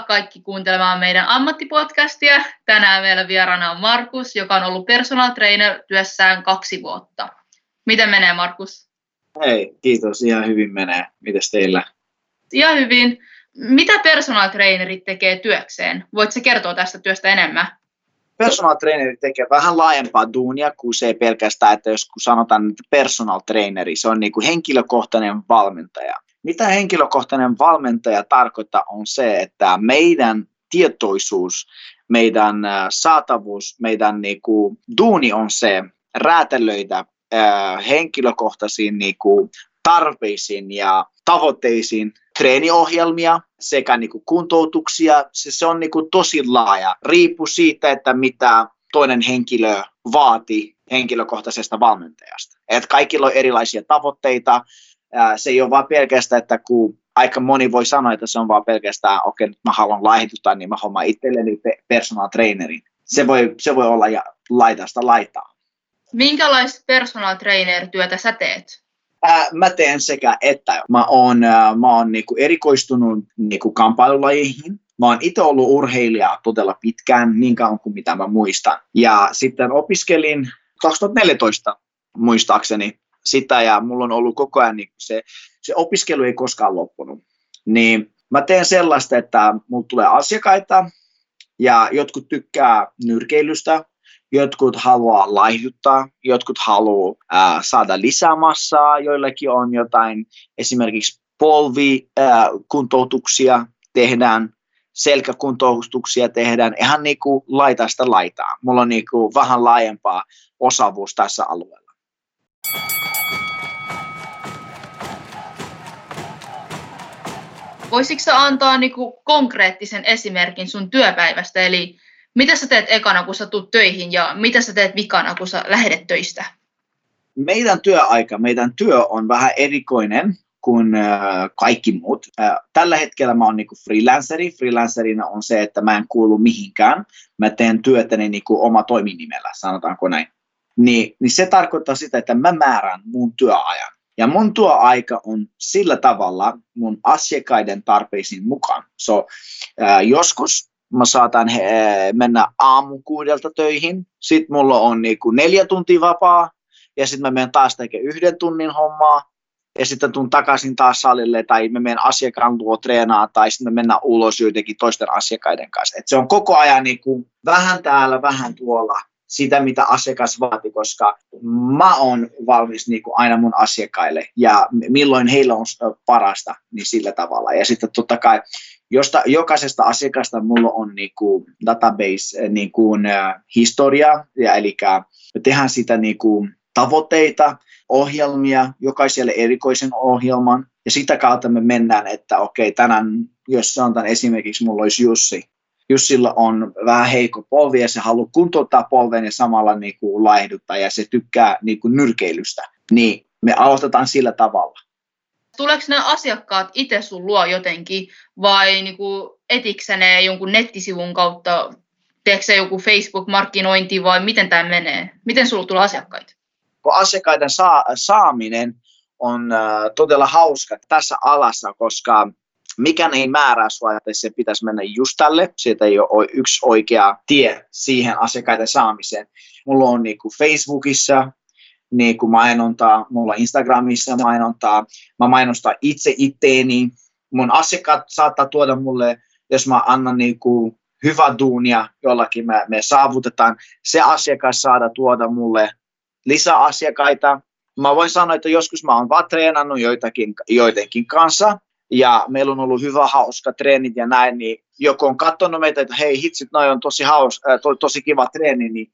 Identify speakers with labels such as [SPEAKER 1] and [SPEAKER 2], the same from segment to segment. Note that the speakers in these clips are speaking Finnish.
[SPEAKER 1] kaikki kuuntelemaan meidän ammattipodcastia. Tänään meillä vieraana on Markus, joka on ollut personal trainer työssään 2 vuotta. Miten menee, Markus?
[SPEAKER 2] Hei, kiitos. Ihan hyvin menee. Mites teillä?
[SPEAKER 1] Ihan hyvin. Mitä personal trainerit tekee työkseen? Voitko kertoa tästä työstä enemmän?
[SPEAKER 2] Personal traineri tekee vähän laajempaa duunia kuin se pelkästään, että jos sanotaan että personal traineri, se on niin kuin henkilökohtainen valmentaja. Mitä henkilökohtainen valmentaja tarkoittaa on se, että meidän tietoisuus, meidän saatavuus, meidän niin kuin duuni on se räätälöidä henkilökohtaisiin niin kuin tarpeisiin ja tavoitteisiin treeniohjelmia sekä niin kuin kuntoutuksia. Se on niin kuin tosi laaja. Riippuu siitä, että mitä toinen henkilö vaatii henkilökohtaisesta valmentajasta. Et kaikilla on erilaisia tavoitteita. Se ei ole vaan pelkästään, että kun aika moni voi sanoa, että se on vaan pelkästään, okei, mä haluan laihduttaa, niin mä hommaan itselleni personal trainerin. Se voi olla ja laidasta laitaa.
[SPEAKER 1] Minkälaista personal trainer-työtä sä teet?
[SPEAKER 2] Mä teen sekä että. Mä oon niinku erikoistunut niinku kamppailulajiin. Mä oon itse ollut urheilija todella pitkään, niin kauan kuin mitä mä muistan. Ja sitten opiskelin 2014 muistaakseni sitä, ja mulla on ollut koko ajan niin se opiskelu ei koskaan loppunut. Niin mä teen sellaista, että mulla tulee asiakkaita, ja jotkut tykkää nyrkeilystä, jotkut haluaa laihduttaa, jotkut haluaa saada lisää massaa, joillakin on jotain, esimerkiksi polvikuntoutuksia tehdään, selkäkuntoutuksia tehdään, ihan niin kuin laitasta laitaan. Mulla on niin kuin vähän laajempaa osaavuus tässä alueella.
[SPEAKER 1] Voisitko sä antaa niinku konkreettisen esimerkin sun työpäivästä, eli mitä sä teet ekana, kun sä tulet töihin, ja mitä sä teet vikana, kun sä lähdet töistä?
[SPEAKER 2] Meidän työ on vähän erikoinen kuin kaikki muut. Tällä hetkellä mä oon niinku freelanceri. Freelancerina on se, että mä en kuulu mihinkään. Mä teen työtäni niinku oma toiminimellä, sanotaanko näin. Niin se tarkoittaa sitä, että mä määrään mun työajan. Ja mun työaika on sillä tavalla mun asiakkaiden tarpeisiin mukaan. Joskus mä saatan mennä aamu 6 töihin, sitten mulla on niinku 4 tuntia vapaa, ja sitten mä menen taas tekemään 1 tunnin hommaa, ja sitten tuun takaisin taas salille, tai mä menen asiakkaan luo treenaa, tai sitten mä mennään ulos jotenkin toisten asiakkaiden kanssa. Et se on koko ajan niinku vähän täällä, vähän tuolla, sitä mitä asiakas vaatii, koska mä oon valmis niinku aina mun asiakkaille, ja milloin heillä on parasta, niin sillä tavalla. Ja sitten totta kai, jokaisesta asiakasta mulla on niinku database, niinku historia, ja eli me tehdään sitä niinku tavoitteita, ohjelmia, jokaiselle erikoisen ohjelman, ja sitä kautta me mennään, että okei, tänään, jos sanotaan esimerkiksi mulla olisi Jussi, Jussilla on vähän heikko polvi ja se haluaa kuntouttaa polven ja samalla niinku laihduttaa ja se tykkää niinku nyrkeilystä, niin me aloitetaan sillä tavalla.
[SPEAKER 1] Tuleeko nämä asiakkaat itse sun luo jotenkin vai niinku etiksä ne jonkun nettisivun kautta, teekö se joku Facebook-markkinointi vai miten tämä menee? Miten sulla tulee asiakkaita?
[SPEAKER 2] Asiakkaiden saaminen on todella hauska tässä alassa, koska mikään ei määrää sua, että se pitäisi mennä just tälle. Siitä ei ole yksi oikea tie siihen asiakkaiden saamiseen. Mulla on niinku Facebookissa niinku mainontaa, mulla on Instagramissa mainontaa. Mä mainostan itteeni. Mun asiakkaat saattaa tuoda mulle, jos mä annan niinku hyvää duunia jollakin, me saavutetaan. Se asiakas saada tuoda mulle lisää asiakkaita. Mä voin sanoa, että joskus mä oon vaan treenannut joidenkin kanssa. Ja meillä on ollut hyvä hauska treenit ja näin, niin joku on katsonut meitä, että hei hitsit, noi on tosi kiva treeni, niin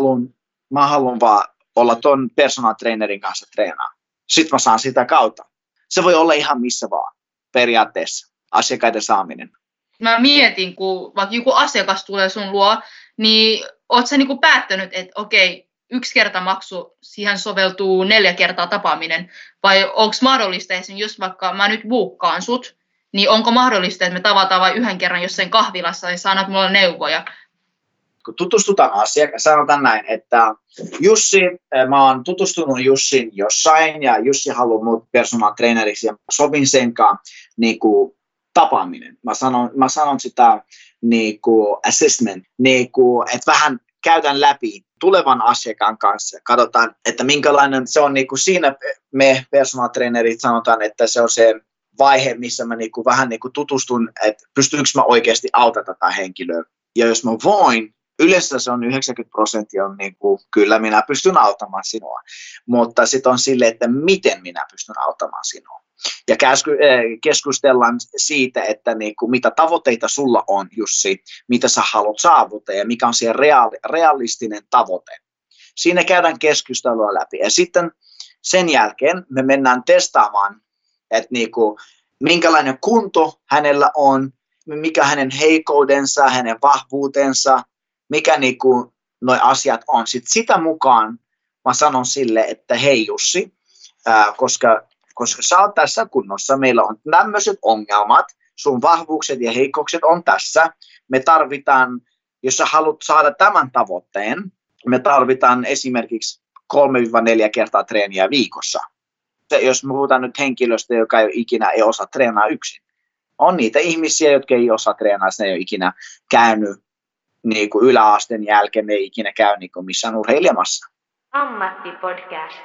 [SPEAKER 2] mä haluan vaan olla ton personal trainerin kanssa treenaa. Sitten mä saan sitä kautta. Se voi olla ihan missä vaan, periaatteessa, asiakkaiden saaminen.
[SPEAKER 1] Mä mietin, kun vaikka joku asiakas tulee sun luo, niin oot sä niinku päättänyt, että okei, 1 kertamaksu, siihen soveltuu 4 kertaa tapaaminen, vai onko mahdollista esimerkiksi, jos vaikka mä nyt buukkaan sut, niin onko mahdollista, että me tavataan vain 1 kerran jossain kahvilassa ja saanat mulle neuvoja?
[SPEAKER 2] Kun tutustutaan asiakas, sanotaan näin, että Jussi, mä oon tutustunut Jussin jossain ja Jussi haluaa mut personal traineriksi ja sovin sen kanssa niin tapaaminen. Mä sanon sitä niin kuin assessment, niin kuin, että vähän käydään läpi tulevan asiakkaan kanssa. Katsotaan, että minkälainen se on niin kuin siinä me personal trainerit sanotaan, että se on se vaihe, missä mä niin kuin vähän niin kuin tutustun, että pystyykö mä oikeasti auttamaan tätä henkilöä. Ja jos mä voin, yleensä se on 90% on niin kuin, kyllä minä pystyn auttamaan sinua, mutta sitten on sille, että miten minä pystyn auttamaan sinua. Ja keskustellaan siitä, että niin kuin, mitä tavoitteita sulla on, Jussi, mitä sä haluat saavuttaa ja mikä on se realistinen tavoite. Siinä käydään keskustelua läpi ja sitten sen jälkeen me mennään testaamaan, että niin kuin, minkälainen kunto hänellä on, mikä hänen heikoudensa, hänen vahvuutensa, mikä niin kuin, noi asiat on. Sitten sitä mukaan mä sanon sille, että hei Jussi, koska sä oot tässä kunnossa, meillä on tämmöiset ongelmat, sun vahvuukset ja heikkoukset on tässä. Me tarvitaan, jos sä haluat saada tämän tavoitteen, me tarvitaan esimerkiksi 3-4 kertaa treeniä viikossa. Jos me puhutaan nyt henkilöstä, joka ei osaa treenaa yksin. On niitä ihmisiä, jotka ei osaa treenaa, ne ei ole ikinä käynyt niin kuin yläasteen jälkeen, ne ei ikinä käy niin kuin missään urheilemassa.
[SPEAKER 3] Ammattipodcast.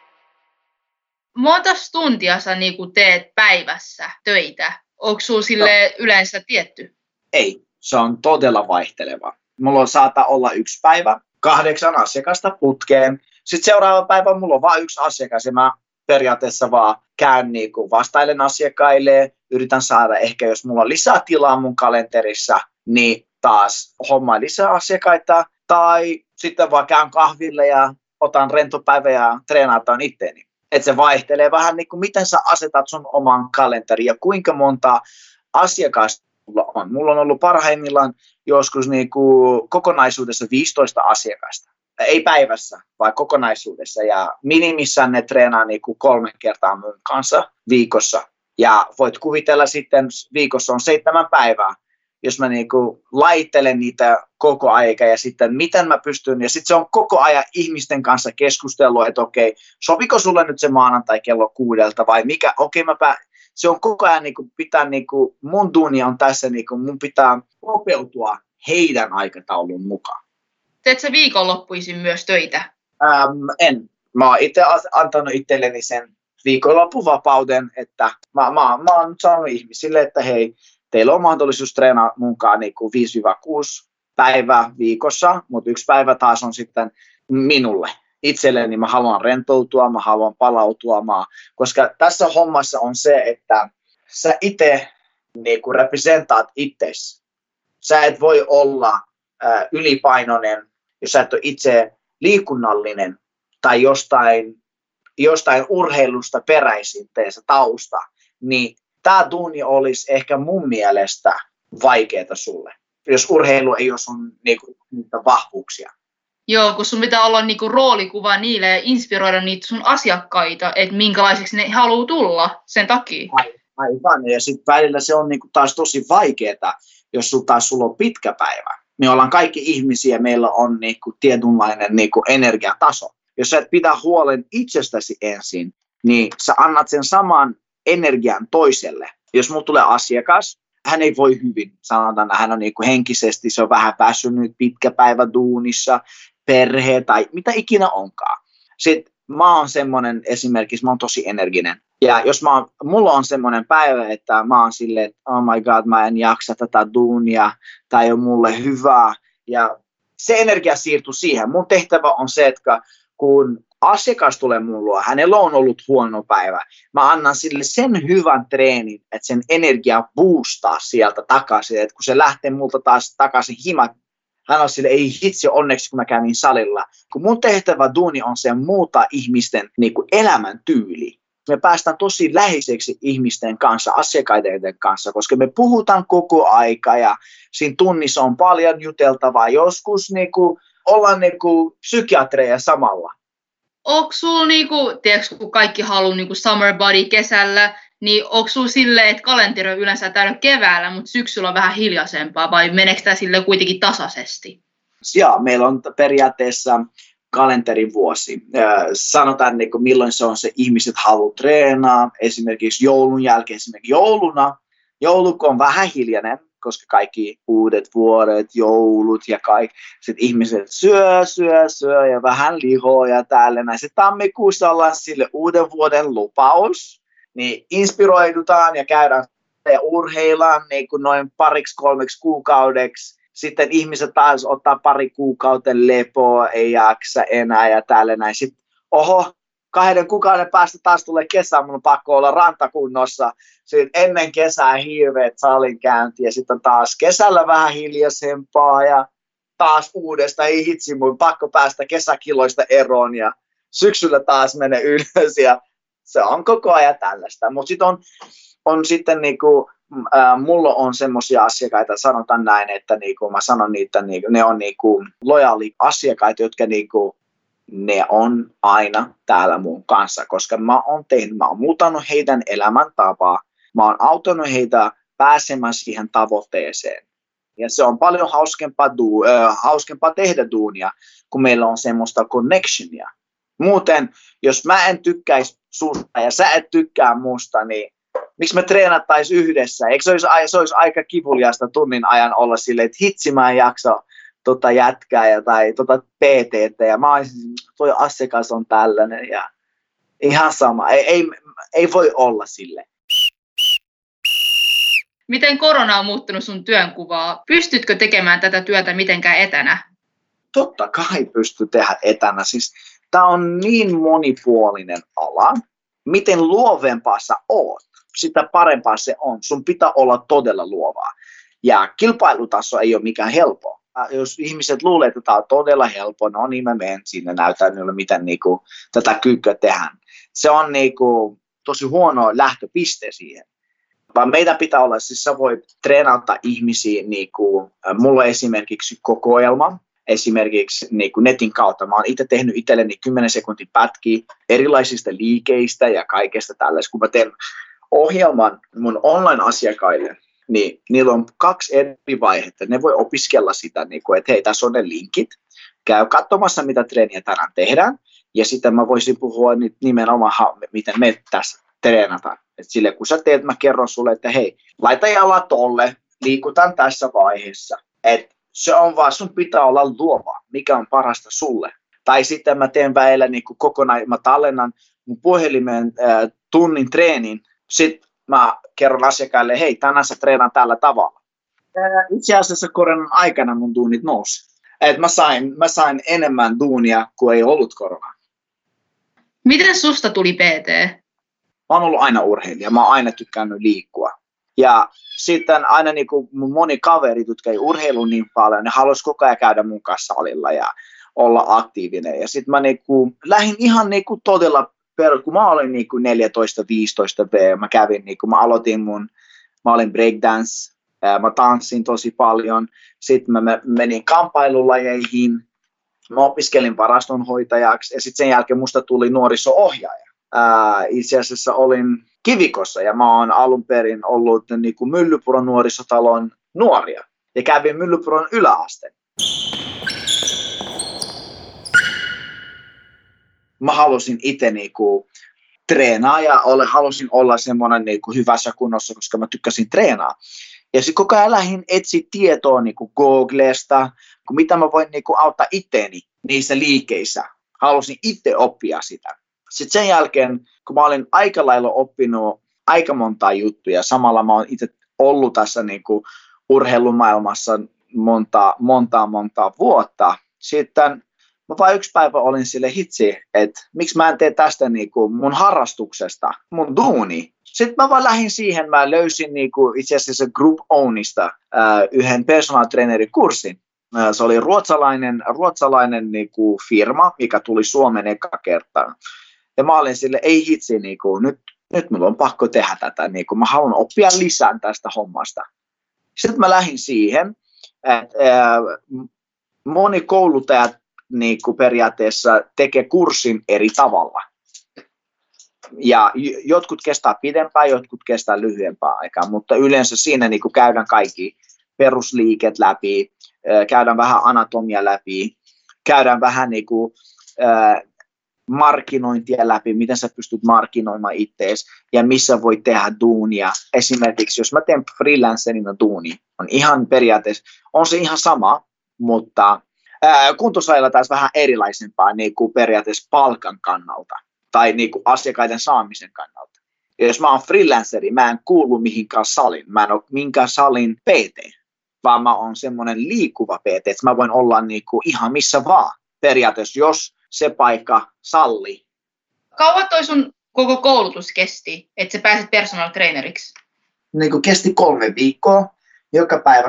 [SPEAKER 1] Montas tuntia sä niinku teet päivässä töitä? Onko sulla sille yleensä tietty?
[SPEAKER 2] Ei, se on todella vaihteleva. Mulla saattaa olla 1 päivä, 8 asiakasta putkeen. Sitten seuraava päivä mulla on vain 1 asiakas ja mä periaatteessa vaan käyn niinku vastailen asiakkaille. Yritän saada ehkä, jos mulla on lisää tilaa mun kalenterissa, niin taas hommaa lisää asiakkaita. Tai sitten vaan käyn kahville ja otan rentopäivä ja treenataan itteeni. Että se vaihtelee vähän niin kuin miten sä asetat sun oman kalenterin ja kuinka monta asiakasta mulla on. Mulla on ollut parhaimmillaan joskus niin kuin kokonaisuudessa 15 asiakasta. Ei päivässä, vaan kokonaisuudessa. Ja minimissään ne treenaa niin kuin 3 kertaa mun kanssa viikossa. Ja voit kuvitella sitten viikossa on 7 päivää. Jos mä niinku laittelen niitä koko aika ja sitten miten mä pystyn, ja sitten se on koko ajan ihmisten kanssa keskustelua, että okei, sopiko sulle nyt se maanantai kello 6 vai mikä, se on koko ajan niinku, pitää, niinku, mun duuni on tässä, niinku, mun pitää sopeutua heidän aikataulun mukaan.
[SPEAKER 1] Teet sä viikonloppuisin myös töitä?
[SPEAKER 2] En. Mä oon itse antanut itselleni sen viikonloppuvapauden, että mä oon sanonut ihmisille, että hei, teillä on mahdollisuus treenaa mukaan niin 5-6 päivää viikossa, mutta 1 päivä taas on sitten minulle. Itselleni mä haluan rentoutua, mä haluan palautua, koska tässä hommassa on se, että sä itse niin representaat itsesi. Sä et voi olla ylipainoinen, jos sä et ole itse liikunnallinen tai jostain urheilusta peräisin teessä tausta, niin tämä duuni olisi ehkä mun mielestä vaikeaa sulle, jos urheilu ei ole sun niitä vahvuuksia.
[SPEAKER 1] Joo, kun sun pitää olla niinku roolikuva niille ja inspiroida niitä sun asiakkaita, että minkälaiseksi ne haluaa tulla sen takia.
[SPEAKER 2] Aivan, ja sitten välillä se on niinku taas tosi vaikeaa, jos sulla on pitkä päivä. Me ollaan kaikki ihmisiä, meillä on niinku tietynlainen niinku energiataso. Jos sä et pidä huolen itsestäsi ensin, niin sä annat sen saman energian toiselle. Jos mulla tulee asiakas, hän ei voi hyvin, sanotaan, että hän on niin kuin henkisesti, se on vähän väsynyt, pitkä päivä duunissa, perhe tai mitä ikinä onkaan. Sitten mä oon semmoinen esimerkiksi, mä oon tosi energinen. Ja jos mulla on semmoinen päivä, että mä oon silleen, että oh my god, mä en jaksa tätä duunia, tai ei ole mulle hyvää. Ja se energia siirtyy siihen. Mun tehtävä on se, että kun asiakas tulee mun luo, hänellä on ollut huono päivä. Mä annan sille sen hyvän treenin, että sen energia boostaa sieltä takaisin. Että kun se lähtee multa taas takaisin himat, hän on sille, ei hitsi onneksi kun mä kävin salilla. Kun mun tehtävä duuni on se muuttaa ihmisten niin kuin elämäntyyli. Me päästään tosi läheiseksi ihmisten kanssa, asiakkaiden kanssa, koska me puhutaan koko aika ja siinä tunnissa on paljon juteltavaa. Joskus niin kuin, ollaan niin kuin psykiatreja samalla.
[SPEAKER 1] Onko sulla, tiedätkö, kun kaikki haluaa summer body kesällä, niin onko sulla silleen, että kalenteri on yleensä täynnä keväällä, mutta syksyllä on vähän hiljaisempaa, vai meneekö tämä silleen kuitenkin tasaisesti?
[SPEAKER 2] Joo, meillä on periaatteessa kalenterivuosi. Sanotaan, milloin se on se ihmiset haluaa treenaa, esimerkiksi joulun jälkeen, esimerkiksi jouluna, Joulukuu on vähän hiljainen, koska kaikki uudet vuodet, joulut ja kaikki. Sitten ihmiset syö ja vähän lihoa ja täällä. Sitten tammikuussa ollaan sille uuden vuoden lupaus. Niin inspiroidutaan ja käydään ja urheillaan niin kuin noin 2-3 kuukaudeksi. Sitten ihmiset taas ottaa 2 kuukauden lepoa, ei jaksa enää ja täällä näin. Sitten oho, 2 kuukauden päästä taas tulee kesä, mun on pakko olla rantakunnossa. Sitten ennen kesää hirveät salinkäyntiä, sitten taas kesällä vähän hiljaisempaa ja taas uudestaan, ei hitsi, mun pakko päästä kesäkiloista eroon ja syksyllä taas menee ylös ja se on koko ajan tällaista. Mutta sitten on sitten niinku, mulla on semmoisia asiakkaita, sanotaan näin, että niinku, mä sanon niitä, niinku, ne on niinku lojaali asiakkaita, jotka niinku, ne on aina täällä mun kanssa, koska mä oon muuttanut heidän elämäntapaa, mä oon auttanut heitä pääsemään siihen tavoitteeseen. Ja se on paljon hauskempaa tehdä duunia, kun meillä on semmoista connectionia. Muuten, jos mä en tykkäisi susta ja sä et tykkää musta, niin miksi me treenattaisiin yhdessä? Eikö se olisi aika kivuliasta tunnin ajan olla silleen, että hitsi mä en jaksa jätkää tai PTtä ja mä olisin, toi asiakas on tällainen ja ihan sama. Ei voi olla sille.
[SPEAKER 1] Miten korona on muuttunut sun työnkuvaa? Pystytkö tekemään tätä työtä mitenkään etänä?
[SPEAKER 2] Totta kai pystyy tehdä etänä. Siis tää on niin monipuolinen ala. Miten luovempaa sä oot, sitä parempaa se on. Sun pitää olla todella luovaa. Ja kilpailutaso ei ole mikään helppo. Jos ihmiset luulee, että tämä on todella helppo, no niin mä menen sinne, näytän niille, miten niinku, tätä kyykköä tehdään. Se on niinku, tosi huono lähtöpiste siihen. Vaan meidän pitää olla, siis sä voit treenata ihmisiä, niinku, mulla on esimerkiksi kokoelma, esimerkiksi niinku netin kautta. Mä oon itse tehnyt itselleni 10 sekuntin pätkiä erilaisista liikeistä ja kaikesta tällaista. Kun mä teen ohjelman mun online-asiakkaille, niin niillä on 2 eri vaihetta. Ne voi opiskella sitä, että hei, tässä on ne linkit. Käy katsomassa, mitä treeniä tänään tehdään. Ja sitten mä voisin puhua nyt nimenomaan, miten me tässä treenataan. Et sille kun sä teet, mä kerron sulle, että hei, laita jalat tolle, liikutaan tässä vaiheessa. Et se on vaan, sun pitää olla luova, mikä on parasta sulle. Tai sitten mä teen väillä kokonaan, mä tallennan mun puhelimen tunnin treenin. Sitten mä kerron asiakkaille, hei, tänään sä treenaan tällä tavalla. Itse asiassa koronan aikana mun duunit nousi. Et mä sain enemmän duunia kuin ei ollut korona.
[SPEAKER 1] Miten susta tuli PT?
[SPEAKER 2] Mä oon ollut aina urheilija, mä oon aina tykkännyt liikkua. Ja sitten aina mun moni kaverit, jotka ei urheilu niin paljon, ne halusi koko ajan käydä mun kanssa salilla ja olla aktiivinen. Ja sitten mä lähdin ihan todella kun mä olin 14-15 V, mä kävin, mä olin breakdance, mä tanssin tosi paljon, sitten mä menin kamppailulajeihin, mä opiskelin varastonhoitajaksi ja sitten sen jälkeen musta tuli nuoriso-ohjaaja. Itse asiassa olin Kivikossa ja mä oon alun perin ollut Myllypuron nuorisotalon nuoria ja kävin Myllypuron yläasteen. Mä halusin itse treenaa ja halusin olla semmoinen hyvässä kunnossa, koska mä tykkäsin treenaa. Ja sitten koko ajan lähdin etsiä tietoa Googlesta, mitä mä voin auttaa itteeni niissä liikeissä. Halusin itse oppia sitä. Sitten sen jälkeen, kun mä olin aika lailla oppinut aika montaa juttuja, samalla mä oon itse ollut tässä urheilumaailmassa montaa vuotta. Sitten mä vaan yksi päivä olin sille hitsi, että miksi mä en tee tästä mun harrastuksesta, mun duuni. Sitten mä vaan lähdin siihen, mä löysin itse asiassa Group Ownista yhden personal trainerin kurssin. Se oli ruotsalainen firma, mikä tuli Suomeen eka kertaa. Ja mä olin sille, ei hitsi, nyt mulla on pakko tehdä tätä, mä haluan oppia lisää tästä hommasta. Sitten mä lähdin siihen, että moni kouluttajat periaatteessa tekee kurssin eri tavalla. Ja jotkut kestää pidempään, jotkut kestää lyhyempää aikaa, mutta yleensä siinä käydään kaikki perusliiket läpi, käydään vähän anatomia läpi, käydään vähän markkinointia läpi, miten sä pystyt markkinoimaan itseäsi ja missä voit tehdä duunia. Esimerkiksi jos mä teen freelancerina duuni, on ihan periaatteessa, on se ihan sama, mutta kuntosalilla taas vähän erilaisempaa niin kuin periaatteessa palkan kannalta tai niin kuin asiakkaiden saamisen kannalta. Ja jos mä oon freelanceri, mä en kuulu mihinkään salin, mä en ole minkään salin PT, vaan mä oon semmoinen liikkuva PT, että mä voin olla niin kuin ihan missä vaan periaatteessa, jos se paikka salli.
[SPEAKER 1] Kauan toi sun koko koulutus kesti, että sä pääsit personal traineriksi?
[SPEAKER 2] Niin kuin kesti 3 viikkoa, joka päivä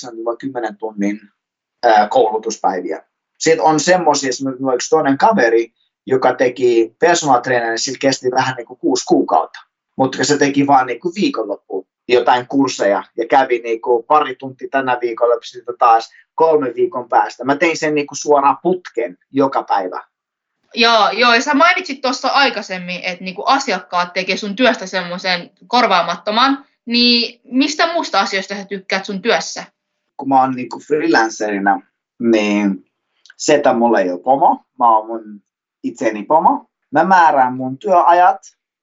[SPEAKER 2] 8-10 tunnin koulutuspäiviä. Sitten on semmoisia, esimerkiksi yksi toinen kaveri, joka teki personal trainerin, sillä kesti vähän niin kuin 6 kuukautta. Mutta se teki vaan niin kuin viikonloppuun jotain kursseja ja kävi niin kuin pari tuntia tänä viikolla, sitten taas 3 viikon päästä. Mä tein sen niin kuin suoraan putken joka päivä.
[SPEAKER 1] Joo, ja sä mainitsit tuossa aikaisemmin, että niinku asiakkaat tekee sun työstä semmoisen korvaamattoman, niin mistä muusta asioista sä tykkäät sun työssä?
[SPEAKER 2] Kun mä oon niinku freelancerina, niin se, että mulla ei ole pomo, mä oon mun itseni pomo. Mä määrään mun työajat.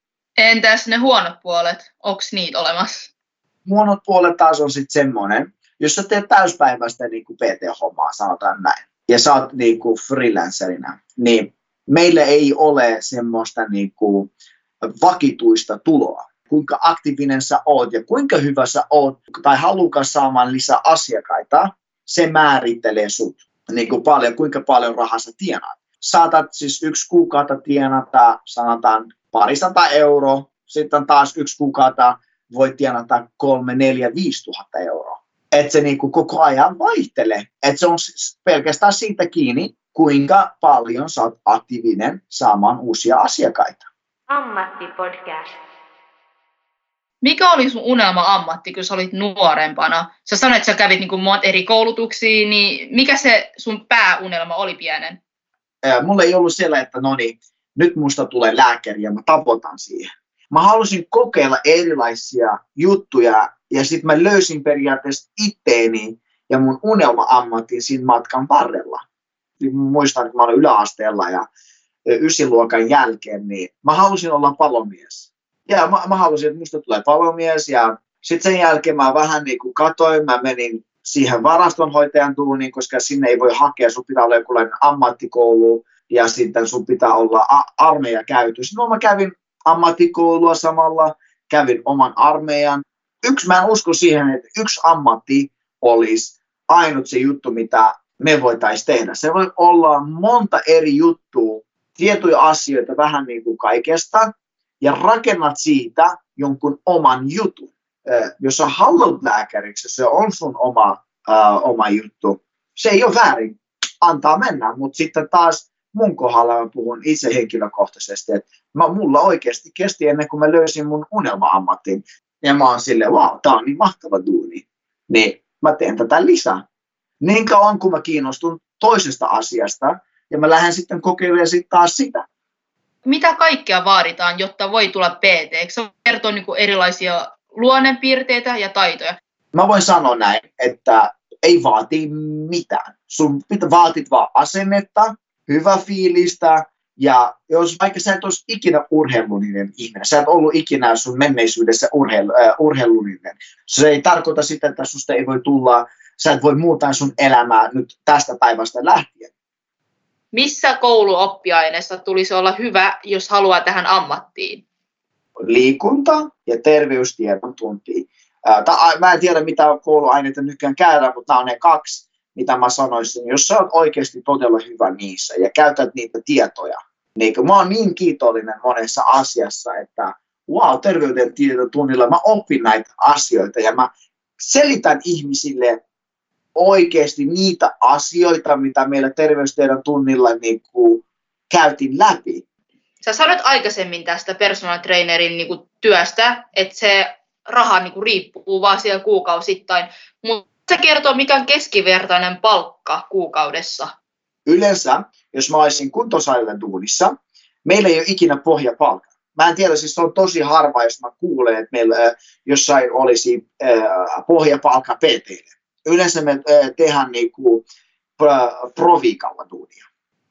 [SPEAKER 1] Entäs ne huonot puolet, onks niitä olemassa?
[SPEAKER 2] Huonot puolet taas on sitten semmoinen, jos sä teet täyspäiväistä niinku PT-hommaa, sanotaan näin, ja sä oot niinku freelancerina, niin meillä ei ole semmoista niinku vakituista tuloa. Kuinka aktiivinen sä oot ja kuinka hyvä sä oot tai halukas saamaan lisää asiakkaita, se määrittelee sut niinku paljon, kuinka paljon rahaa sä tienaat. Saatat siis 1 kuukautta tienata, sanotaan 200 euroa, sitten taas 1 kuukautta voi tienata 3, 4, 5 tuhatta euroa. Että se niinku koko ajan vaihtelee. Että se on pelkästään siitä kiinni, kuinka paljon sä oot aktiivinen saamaan uusia asiakkaita.
[SPEAKER 3] Ammattipodcast.
[SPEAKER 1] Mikä oli sun unelma-ammatti, kun sä olit nuorempana? Sä sanoit, että sä kävit niinku monta eri koulutuksia, niin mikä se sun pääunelma oli pienen?
[SPEAKER 2] Mulla ei ollut siellä, että no niin, nyt musta tulee lääkäri ja mä tavoitan siihen. Mä halusin kokeilla erilaisia juttuja ja sitten mä löysin periaatteessa itteeni ja mun unelma-ammatin siinä matkan varrella. Muistan, että mä olin yläasteella ja 9. luokan jälkeen, niin mä halusin olla palomies. Ja mä halusin, että musta tulee palomies ja sitten sen jälkeen mä vähän niin kuin katoin, mä menin siihen varastonhoitajan duuniin, koska sinne ei voi hakea, sun pitää olla joku ammattikoulu ja sitten sun pitää olla armeija käytössä. No mä kävin ammattikoulua samalla, kävin oman armeijan. Mä en usko siihen, että yksi ammatti olisi ainut se juttu, mitä me voitaisiin tehdä. Se voi olla monta eri juttua, tietoja asioita vähän niin kuin kaikesta, ja rakennat siitä jonkun oman jutun. Jos sä haluat lääkäriksi, se on sun oma juttu. Se ei ole väärin, antaa mennä, mutta sitten taas mun kohdalla mä puhun itse henkilökohtaisesti, että mulla oikeasti kesti ennen kuin mä löysin mun unelma-ammatin. Ja mä oon silleen, wow, tää on niin mahtava duuni. Niin mä teen tätä lisää. Niin kauan kun mä kiinnostun toisesta asiasta, ja mä lähden sitten kokeilemaan sitten taas sitä.
[SPEAKER 1] Mitä kaikkea vaaditaan, jotta voi tulla PT? Sä kertoo niin kuin erilaisia luonnonpiirteitä ja taitoja.
[SPEAKER 2] Mä voin sanoa näin, että ei vaati mitään. Sun vaatit vaan asennetta, hyvä fiilistä, ja jos vaikka sä et olisi ikinä urheilullinen ihminen, sä et ollut ikinä sun menneisyydessä urheilullinen, se ei tarkoita sitä, että susta ei voi tulla, sä et voi muuttaa sun elämää nyt tästä päivästä lähtien.
[SPEAKER 1] Missä kouluoppiaineessa tulisi olla hyvä, jos haluaa tähän ammattiin?
[SPEAKER 2] Liikunta ja terveystiedon tunti. Mä en tiedä, mitä kouluaineita nykyään käydään, mutta nämä on ne 2, mitä mä sanoisin. Jos sä oot oikeasti todella hyvä niissä ja käytät niitä tietoja, niin mä oon niin kiitollinen monessa asiassa, että wow, terveydentiedon tunnilla mä opin näitä asioita ja mä selitän ihmisille oikeasti niitä asioita, mitä meillä terveystiedon tunnilla niin kuin käytiin läpi.
[SPEAKER 1] Sä sanoit aikaisemmin tästä personal trainerin niin kuin työstä, että se raha niin kuin riippuu vaan siellä kuukausittain, mutta se kertoo, mikä on keskivertainen palkka kuukaudessa.
[SPEAKER 2] Yleensä, jos mä olisin kuntosalilla duunissa, meillä ei ole ikinä pohjapalkka. Mä en tiedä, siis se on tosi harva, jos mä kuulen, että meillä jossain olisi pohjapalkka PT:lle. Yleensä me tehdään niinku proviikalla duunia.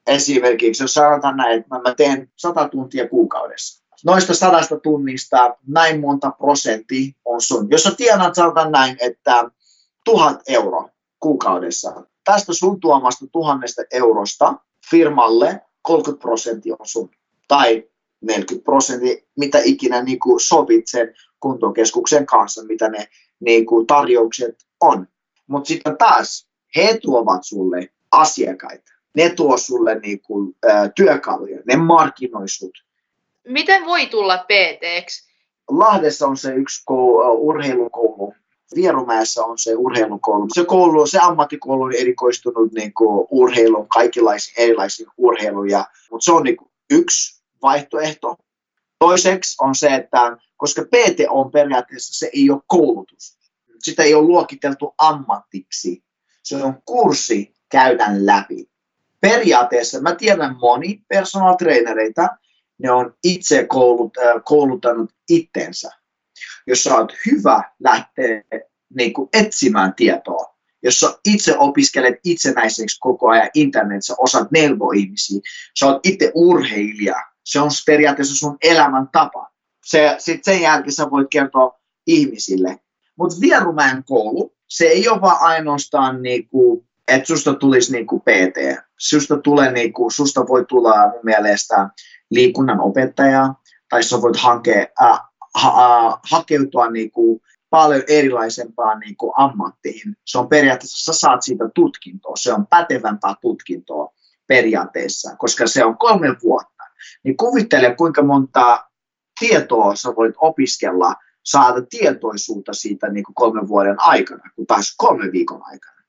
[SPEAKER 2] Esimerkiksi jos sanotaan näin, että mä teen 100 tuntia kuukaudessa. Noista 100 tunnista näin monta prosenttia on sun. Jos sä tienaat, sanotaan näin, että 1 000 euroa kuukaudessa. Tästä sun tuomasta 1 000 eurosta firmalle 30% on sun. Tai 40%, mitä ikinä niin kuin sopit sen kuntokeskuksen kanssa, mitä ne niin kuin tarjoukset on. Mutta sitten taas he tuovat sulle asiakkaita. Ne tuo sulle niin kuin, työkaluja, ne markkinoi sut.
[SPEAKER 1] Miten voi tulla PT:ksi?
[SPEAKER 2] Lahdessa on se yksi urheilukoulu. Vierumäessä on se urheilukoulu. Se ammattikoulu on erikoistunut niin kuin urheiluun, kaikenlaisiin erilaisiin urheiluja. Mutta se on niin kuin yksi vaihtoehto. Toiseksi on se, että koska PT on periaatteessa, se ei ole koulutus. Sitä ei ole luokiteltu ammattiksi. Se on kurssi käydään läpi. Periaatteessa mä tiedän moni personal trainereita, ne on itse kouluttanut itsensä. Jos sä oot hyvä lähteä niin kuin etsimään tietoa, jos sä itse opiskelet itsenäiseksi koko ajan internetissä, osaat neuvoa ihmisiä, sä oot itse urheilija, se on periaatteessa sun elämäntapa. Sitten sen jälkeen sä voit kertoa ihmisille. Mutta Vierumäen koulu, se ei ole vaan ainoastaan niinku, että susta tulisi niinku PT. Susta voi tulla mun mielestä liikunnan opettaja, tai sä voit hakeutua niinku paljon erilaisempaan niinku ammattiin. Se on periaatteessa, sä saat siitä tutkintoa, se on pätevämpää tutkintoa periaatteessa, koska se on 3 vuotta. Niin kuvittele, kuinka monta tietoa sä voit opiskella, saada tietoisuutta siitä niin kuin 3 vuoden aikana, kun taas 3 viikon aikana.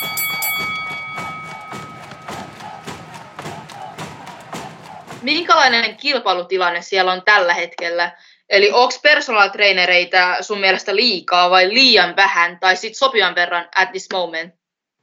[SPEAKER 1] Minkälainen kilpailutilanne siellä on tällä hetkellä? Eli onko personal trainereita sun mielestä liikaa vai liian vähän tai sitten sopivan verran at this moment?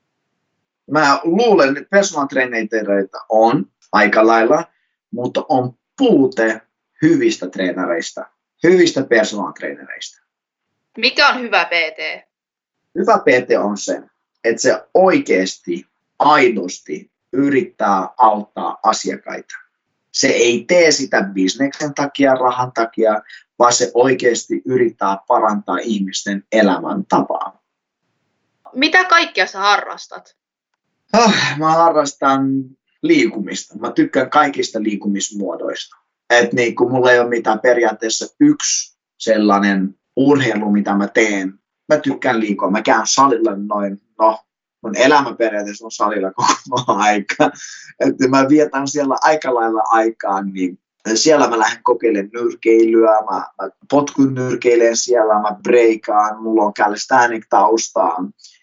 [SPEAKER 2] Mä luulen, että personal trainereita on aika lailla, mutta on puute hyvistä treenareista. Hyvistä personal trainereista.
[SPEAKER 1] Mikä on hyvä PT?
[SPEAKER 2] Hyvä PT on se, että se oikeasti, aidosti yrittää auttaa asiakkaita. Se ei tee sitä bisneksen takia, rahan takia, vaan se oikeasti yrittää parantaa ihmisten elämäntapaa.
[SPEAKER 1] Mitä kaikkea sä harrastat?
[SPEAKER 2] Mä harrastan liikumista. Mä tykkään kaikista liikumismuodoista. Et niin kuin mulla ei ole mitään periaatteessa yksi sellainen urheilu, mitä mä teen. Mä tykkään liikua. Mä käyn salilla mun elämä periaatteessa on salilla koko aika. Että mä vietän siellä aika lailla aikaa, niin siellä mä lähden kokeilemaan nyrkeilyä, mä potkun nyrkeilen siellä, mä breikaan, mulla on calisthenics taustaa.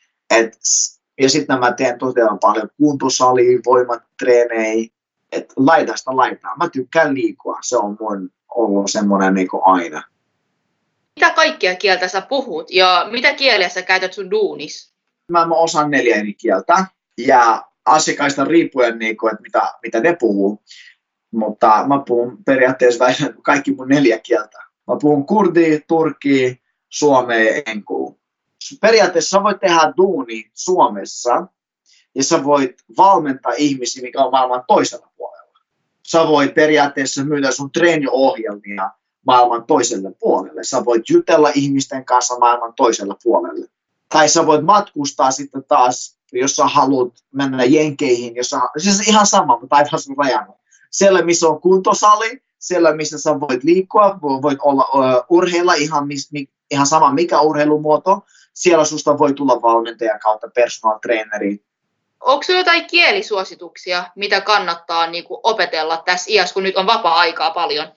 [SPEAKER 2] Ja sitten mä teen todella paljon kuntosalia, voimatreenejä. Et laidasta laitaan. Mä tykkään liikua. Se on mun ollut semmoinen niin kuin aina.
[SPEAKER 1] Mitä kaikkia kieltä sä puhut ja mitä kieliä sä käytät sun duunis?
[SPEAKER 2] Mä osaan 4 eri kieltä ja asiakkaista riippuen, niin kuin, että mitä ne puhuu. Mutta mä puhun periaatteessa kaikki mun 4 kieltä. Mä puhun kurdia, turkkia, suomea ja enkua. Periaatteessa sä voit tehdä duuni Suomessa ja sä voit valmentaa ihmisiä, mikä on maailman toisella puolella. Sä voit periaatteessa myydä sun treeniohjelmia maailman toiselle puolelle. Sä voit jutella ihmisten kanssa maailman toisella puolelle. Tai sä voit matkustaa sitten taas, jos sä haluat mennä jenkeihin, siis ihan sama, mutta aivan sun rajana. Siellä, missä on kuntosali, siellä, missä sä voit liikkua, voit olla urheilla ihan sama mikä urheilumuoto. Siellä susta voi tulla valmentaja kautta personal traineri.
[SPEAKER 1] Onko sinulla jotain kielisuosituksia, mitä kannattaa opetella tässä iässä, kun nyt on vapaa-aikaa paljon?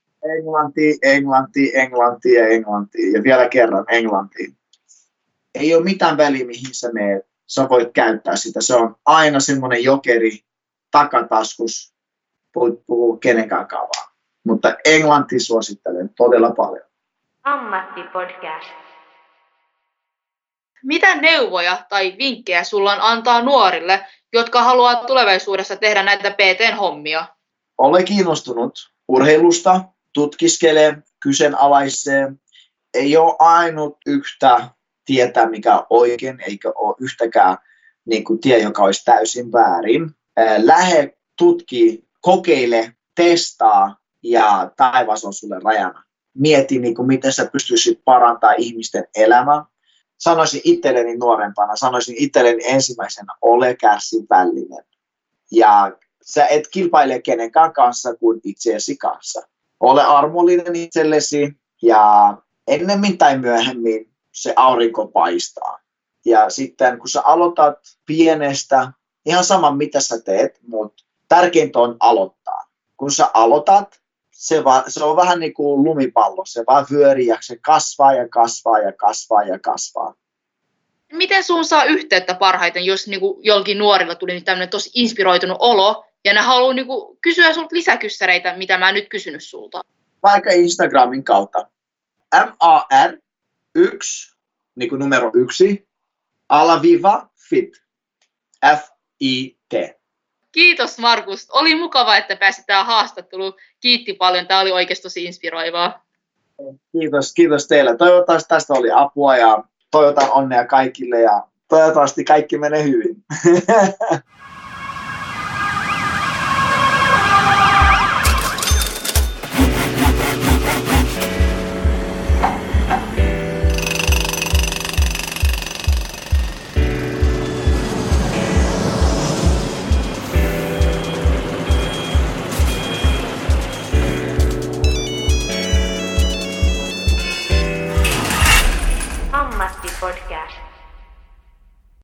[SPEAKER 2] Englanti ja vielä kerran englanti. Ei ole mitään väliä, mihin sä menet. Sä voit käyttää sitä. Se on aina semmoinen jokeri takataskus. Voit puhua kenenkään vaan. Mutta englanti suosittelen todella paljon.
[SPEAKER 3] Ammattipodcast.
[SPEAKER 1] Mitä neuvoja tai vinkkejä sulla on antaa nuorille, jotka haluaa tulevaisuudessa tehdä näitä PT-hommia?
[SPEAKER 2] Ole kiinnostunut urheilusta, tutkiskele, kyseenalaisee. Ei ole ainut yhtä tietää, mikä on oikein, eikä ole yhtäkään niin kuin tie, joka olisi täysin väärin. Lähde tutki, kokeile, testaa ja taivas on sulle rajana. Mieti, niin kuin, miten sä pystyisit parantamaan ihmisten elämää. Sanoisin itselleni nuorempana, sanoisin itselleni ensimmäisenä, ole kärsivällinen. Ja sä et kilpaile kenenkään kanssa kuin itseesi kanssa. Ole armollinen itsellesi ja ennemmin tai myöhemmin se aurinko paistaa. Ja sitten kun sä aloitat pienestä, ihan sama mitä sä teet, mutta tärkeintä on aloittaa. Kun sä aloitat, se on vähän niin kuin lumipallo, se vaan vyörii ja se kasvaa ja kasvaa ja kasvaa ja kasvaa.
[SPEAKER 1] Miten sun saa yhteyttä parhaiten, jos niinku jollakin nuorilla tuli nyt tämmöinen tosi inspiroitunut olo, ja ne haluaa niinku kysyä sulta lisäkyssäreitä, mitä mä en nyt kysynyt sulta?
[SPEAKER 2] Vaikka Instagramin kautta. MAR1, niin kuin numero 1, _fit. FIT.
[SPEAKER 1] Kiitos Markus. Oli mukava, että pääsit tähän haastatteluun. Kiitti paljon. Tämä oli oikeasti tosi inspiroivaa.
[SPEAKER 2] Kiitos teille. Toivottavasti tästä oli apua ja toivotan onnea kaikille ja toivottavasti kaikki menee hyvin.